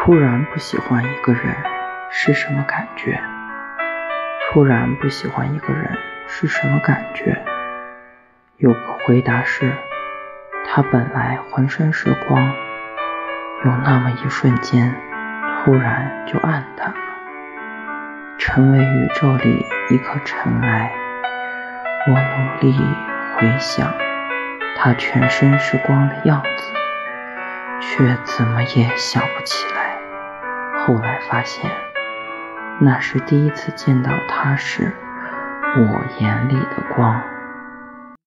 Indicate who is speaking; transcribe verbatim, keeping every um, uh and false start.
Speaker 1: 突然不喜欢一个人是什么感觉？突然不喜欢一个人是什么感觉？有个回答是，他本来浑身是光，有那么一瞬间，突然就暗淡了，成为宇宙里一颗尘埃。我努力回想他全身是光的样子，却怎么也想不起来。后来发现，那是第一次见到他时，我眼里的光。